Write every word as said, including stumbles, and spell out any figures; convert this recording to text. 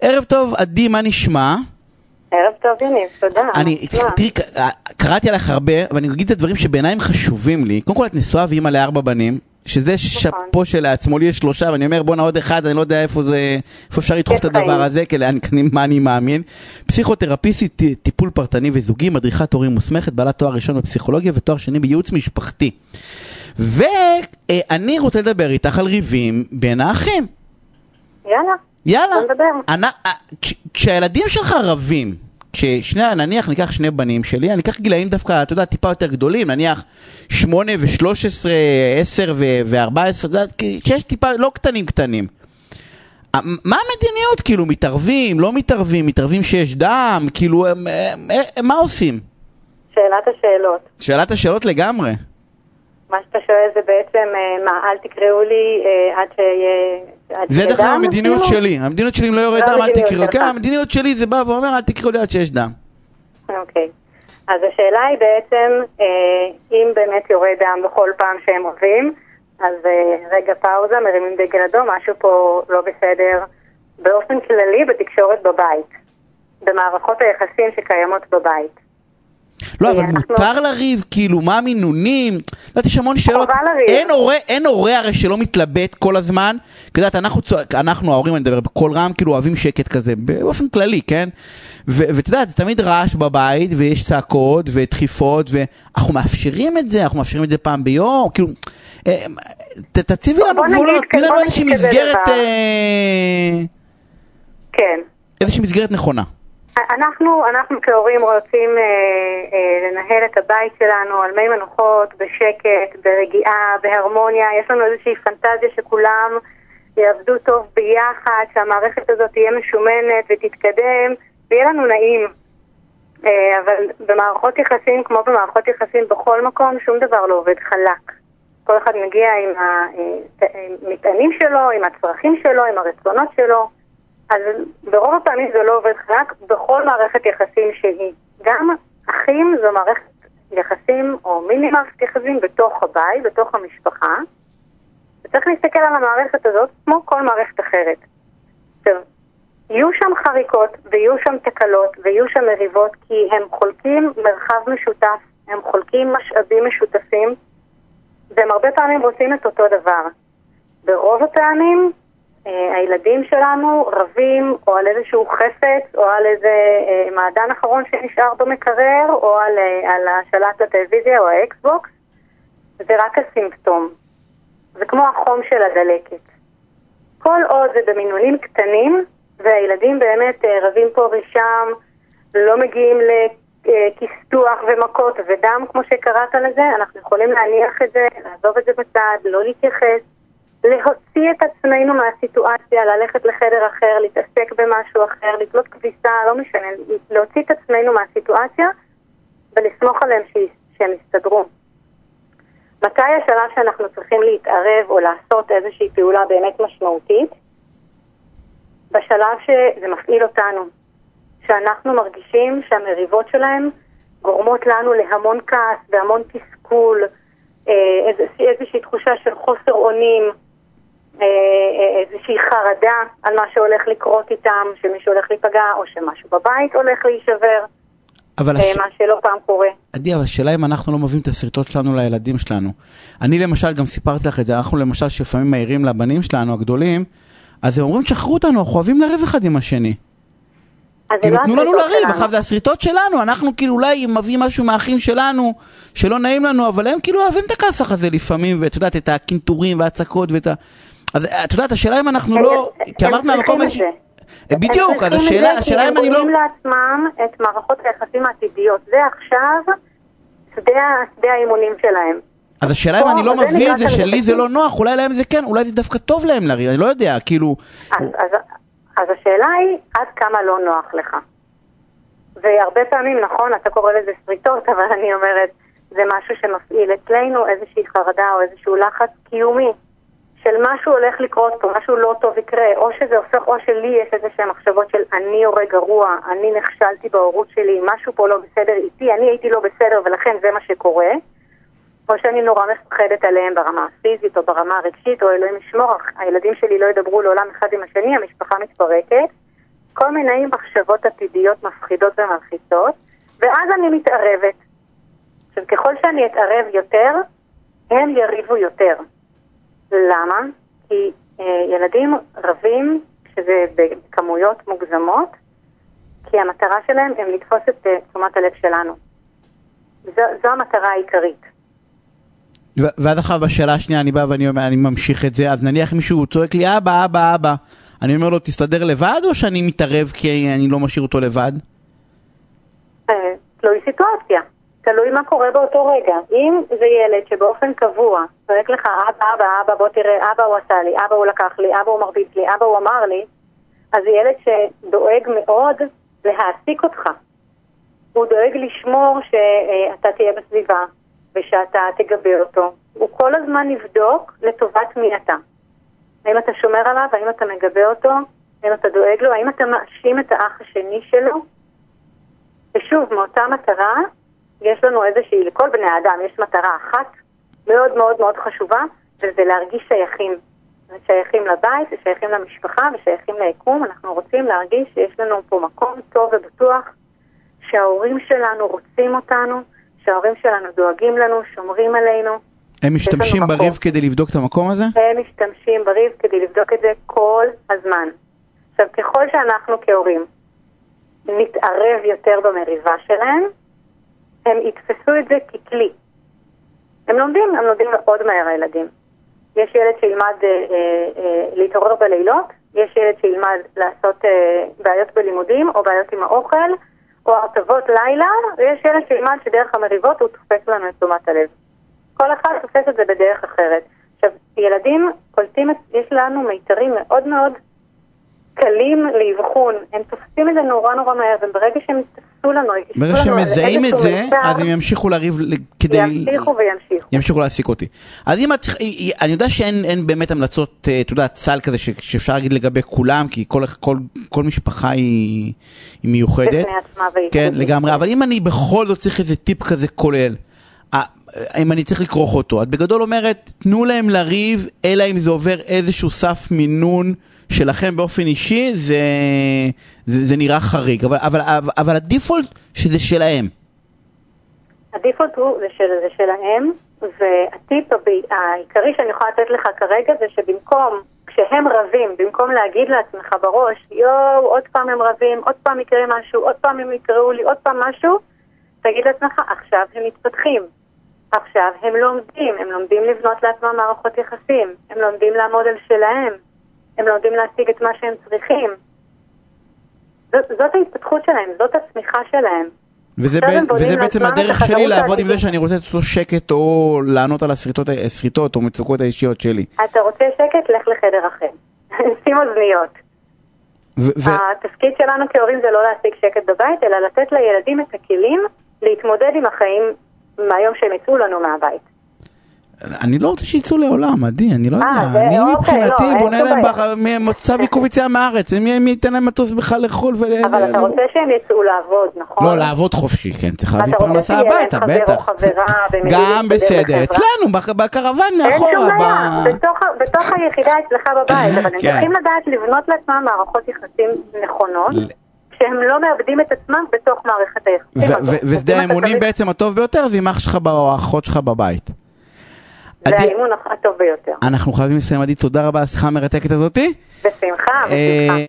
ערב טוב, עדי, מה נשמע? ערב טוב, יניב, תודה. אני, תראי, קראתי עליך הרבה, אבל אני אגיד את הדברים שבעיניים חשובים לי. קודם כל, את נשואה ואימא לארבע בנים, שזה שפו שלעצמו, לי יש שלושה, ואני אומר, בוא נעוד אחד, אני לא יודע איפה זה, איפה אפשר לדחוף את הדבר הזה, כי מה אני מאמין. פסיכותרפיסטית, טיפול פרטני וזוגי, מדריכת הורים מוסמכת, בעלת תואר ראשון בפסיכולוגיה ותואר שני בייעוץ משפחתי. ואני רוצה לדבר איתך על ריבים בין האחים. יאללה. יאללה. כשהילדים שלך רבים, כששני, נניח ניקח שני בנים שלי, אני אקח גילאים דווקא, אתה יודע, טיפה יותר גדולים, נניח שמונה ושלוש עשרה, עשר וארבע עשרה, אתה יודע, שיש טיפה לא קטנים קטנים. מה המדיניות? כאילו, מתערבים, לא מתערבים, מתערבים שיש דם, כאילו, מה עושים? שאלת השאלות. שאלת השאלות לגמרי. מה שאתה שואל זה בעצם, מה, אל תקראו לי עד שיהיה... זה דרך המדיניות שלי. המדיניות שלי אם לא יורד דם, אל תקראו. כן, המדיניות שלי זה בא ואומר, אל תקראו לי עד שיש דם. אוקיי. אז השאלה היא בעצם, אם באמת יורד דם בכל פעם שהם רבים, אז רגע פאוזה, מרימים דגל אדום, משהו פה לא בסדר. באופן כללי בתקשורת בבית. במערכות היחסים שקיימות בבית. לא, אבל מותר לריב, כאילו, מה המינונים? יודעת, יש המון שאלות. אין הורה, אין הורה הרי שלא מתלבט כל הזמן. כי יודעת, אנחנו, ההורים, אני מדבר בכל רם, כאילו, אוהבים שקט כזה, באופן כללי, כן? ואתה יודעת, זה תמיד רעש בבית, ויש צעקות ודחיפות, ואנחנו מאפשרים את זה, אנחנו מאפשרים את זה פעם ביום, כאילו, תציבי לנו גבולות, תני לנו איזושהי מסגרת, כן. איזושהי מסגרת נכונה. אנחנו, אנחנו כהורים רוצים אה, אה, לנהל את הבית שלנו על מי מנוחות, בשקט, ברגיעה, בהרמוניה. יש לנו איזושהי פנטזיה שכולם יעבדו טוב ביחד, שהמערכת הזאת תהיה משומנת ותתקדם, ויהיה לנו נעים. אה, אבל במערכות יחסים, כמו במערכות יחסים בכל מקום, שום דבר לא עובד חלק. כל אחד מגיע עם המטענים שלו, עם הצרכים שלו, עם הרצונות שלו. אז ברוב הפעמים זה לא עובד חלק בכל מערכת יחסים שהיא. גם אחים זו מערכת יחסים או מיני מערכת יחסים בתוך הבית, בתוך המשפחה. וצריך להסתכל על המערכת הזאת כמו כל מערכת אחרת. עכשיו, יהיו שם חריקות ויהיו שם תקלות ויהיו שם מריבות כי הם חולקים מרחב משותף, הם חולקים משאבים משותפים והם הרבה פעמים רוצים את אותו דבר. ברוב הפעמים הילדים שלנו רבים או על איזשהו חפץ או על איזה אה, מעדן אחרון שנשאר במקרר או על, אה, על השלט הטלוויזיה או האקסבוקס. זה רק הסימפטום. זה כמו החום של הדלקת. כל עוד זה במינונים קטנים והילדים באמת אה, רבים פה ושם, לא מגיעים לכיסתוח ומכות ודם כמו שקראת לזה, אנחנו יכולים להניח את זה, לעזוב את זה בצד, לא להתייחס. להוציא את עצמנו מהסיטואציה, ללכת לחדר אחר, להתעסק במשהו אחר, לתלות כביסה, לא משנה, להוציא את עצמנו מהסיטואציה ולסמוך עליהם שהם יסתדרו. מתי השלב שאנחנו צריכים להתערב או לעשות איזושהי פעולה באמת משמעותית? בשלב שזה מפעיל אותנו, שאנחנו מרגישים שהמריבות שלהם גורמות לנו להמון כעס והמון תסכול, איזושהי תחושה של חוסר אונים, איזושהי חרדה על מה שהולך לקרות איתם, שמישהו הולך להיפגע או שמשהו בבית הולך להישבר, מה שלא פעם קורה. עדי, אבל השאלה אם אנחנו לא מביאים את הסרטות שלנו לילדים שלנו. אני למשל גם סיפרתי לך את זה, אנחנו למשל שפעמים מהירים לבנים שלנו הגדולים, אז הם אומרים שחררו אותנו, אנחנו אוהבים לריב אחד עם השני. כאילו תנו לנו לריב, אחר זה הסריטות שלנו, אנחנו כאילו אולי מביאים משהו מהאחים שלנו שלא נעים לנו, אבל הם כאילו אוהבים את הכסח הזה לפעמים, ואת יודעת, את הקינטורים והצקות ואת ה... אז את יודעת, השאלה אם אנחנו לא... כי אמרת מהמקום... בדיוק, אז השאלה, השאלה אם אני לא... הם בונים לעצמם את מערכות היחסים העתידיות, זה עכשיו שדה האימונים שלהם. אז השאלה אם אני לא מביא את זה שלי זה לא נוח, אולי להם זה כן, אולי זה דווקא טוב להם לריב, אני לא יודע, כאילו... אז השאלה היא עד כמה לא נוח לך. והרבה פעמים, נכון, אתה קורא לזה סריטות, אבל אני אומרת, זה משהו שמפעיל אצלנו איזושהי חרדה או איזשהו לחץ קיומי, של משהו הולך לקרות פה, משהו לא טוב יקרה, או שזה הופך, או שלי יש איזה שהן מחשבות של אני הורה גרוע, אני נכשלתי בהורות שלי, משהו פה לא בסדר איתי, אני הייתי לא בסדר ולכן זה מה שקורה, או שאני נורא מפחדת עליהם ברמה הפיזית או ברמה הרגשית, או אלוהים ישמור, הילדים שלי לא ידברו לעולם אחד עם השני, המשפחה מתפרקת, כל מיני מחשבות עתידיות מפחידות ומלחיצות, ואז אני מתערבת. עכשיו, ככל שאני אתערב יותר, הם יריבו יותר. למה? כי אה, ילדים רבים, שזה בכמויות מוגזמות, כי המטרה שלהם הם לתפוס את אה, תשומת הלב שלנו. זו, זו המטרה העיקרית. ואז אחר בשאלה השנייה אני בא ואני אומר, אני ממשיך את זה, אז נניח מישהו צועק לי, אבא, אבא, אבא, אני אומר לו, תסתדר לבד, או שאני מתערב כי אני לא משאיר אותו לבד? אה, תלוי סיטואציה. תלוי מה קורה באותו רגע. אם זה ילד שבאופן קבוע, צועק לך, אבא, אבא, אבא, בוא תראה, אבא הוא עשה לי, אבא הוא לקח לי, אבא הוא מרביץ לי, אבא הוא אמר לי, אז זה ילד שדואג מאוד להעסיק אותך. הוא דואג לשמור שאתה תהיה בסביבה, ושאתה תגבר אותו. הוא כל הזמן נבדוק לטובת מי אתה. האם אתה שומר עליו, האם אתה מגבר אותו, האם אתה דואג לו, האם אתה מאשים את האח השני שלו. ושוב, מאותה מטרה, יש לנו איזושהי, לכל בני האדם יש מטרה אחת מאוד מאוד מאוד חשובה, וזה להרגיש שייכים. שייכים לבית, שייכים למשפחה ושייכים ליקום. אנחנו רוצים להרגיש שיש לנו פה מקום טוב ובטוח, שההורים שלנו רוצים אותנו, שההורים שלנו דואגים לנו, שומרים עלינו. הם משתמשים בריב כדי לבדוק את המקום הזה? הם משתמשים בריב כדי לבדוק את זה כל הזמן. עכשיו, ככל שאנחנו כהורים נתערב יותר במריבה שלהם, הם יתפסו את זה ככלי. הם לומדים, הם לומדים מאוד מהר הילדים. יש ילד שילמד אה, אה, להתעורר בלילות, יש ילד שילמד לעשות אה, בעיות בלימודים או בעיות עם האוכל, או הרטבות לילה, ויש ילד שילמד שדרך המריבות הוא תופס לנו את תשומת הלב. כל אחד תופס את זה בדרך אחרת. עכשיו, ילדים קולטים, יש לנו מיתרים מאוד מאוד קלים לאבחון, הם תופסים את זה נורא נורא מהר, וברגע שהם תפסו לנו, ברגע שהם מזהים את זה, אז הם ימשיכו לריב כדי... ימשיכו וימשיכו. ימשיכו להעסיק אותי. אז אם את... אני יודע שאין באמת המלצות, אתה יודע, צל כזה שאפשר להגיד לגבי כולם, כי כל משפחה היא מיוחדת. בפני עצמה והיא. כן, לגמרי. אבל אם אני בכל זאת צריך איזה טיפ כזה כולל, אם אני צריך לקרוח אותו, את בגדול אומרת, תנו להם לריב, אלא אם זה עובר איזשהו סף מינון שלכם באופן אישי, זה, זה, זה נראה חריג, אבל, אבל, אבל, אבל הדיפולט שזה שלהם. הדיפולט הוא זה, של, זה שלהם, והטיפ העיקרי שאני יכולה לתת לך כרגע זה שבמקום, כשהם רבים, במקום להגיד לעצמך בראש, יואו, עוד פעם הם רבים, עוד פעם יקרה משהו, עוד פעם הם יקראו לי, עוד פעם משהו, תגיד לעצמך, עכשיו הם מתפתחים. עכשיו הם לומדים, הם לומדים לבנות לעצמם מערכות יחסים, הם לומדים לעמוד על שלהם, הם לומדים להשיג את מה שהם צריכים. זאת, זאת ההתפתחות שלהם, זאת הצמיחה שלהם. וזה, ב, וזה בעצם הדרך שלי לעבוד עם זה שאני רוצה את אותו שקט או לענות על הסריטות, הסריטות או מצוקות האישיות שלי. אתה רוצה שקט? לך לחדר אחר. שים אוזניות. ו- התפקיד שלנו כהורים זה לא להשיג שקט בבית, אלא לתת לילדים את הכלים להתמודד עם החיים מהיום שהם יצאו לנו מהבית. אני לא רוצה שיצאו לעולם, עדי, אני לא יודע. אני מבחינתי בונה להם מצב עיכוב יציאה מהארץ, מי ייתן להם מטוס בכלל לחול. אבל אתה רוצה שהם יצאו לעבוד, נכון? לא, לעבוד חופשי, כן, צריך להביא פרנסה הביתה, בטח. גם בסדר, אצלנו, בקרוון מאחורה. אין שום בעיה, בתוך היחידה אצלך בבית, אבל הם צריכים לדעת לבנות לעצמם מערכות יחסים נכונות. שהם לא מאבדים את עצמם בתוך מערכת היחסים. ושדה האמונים בעצם הטוב ביותר זה עם אח שלך או האחות שלך בבית. זה האימון הטוב ביותר. אנחנו חייבים לסיים, עדי, תודה רבה על השיחה המרתקת הזאת. בשמחה, בשמחה.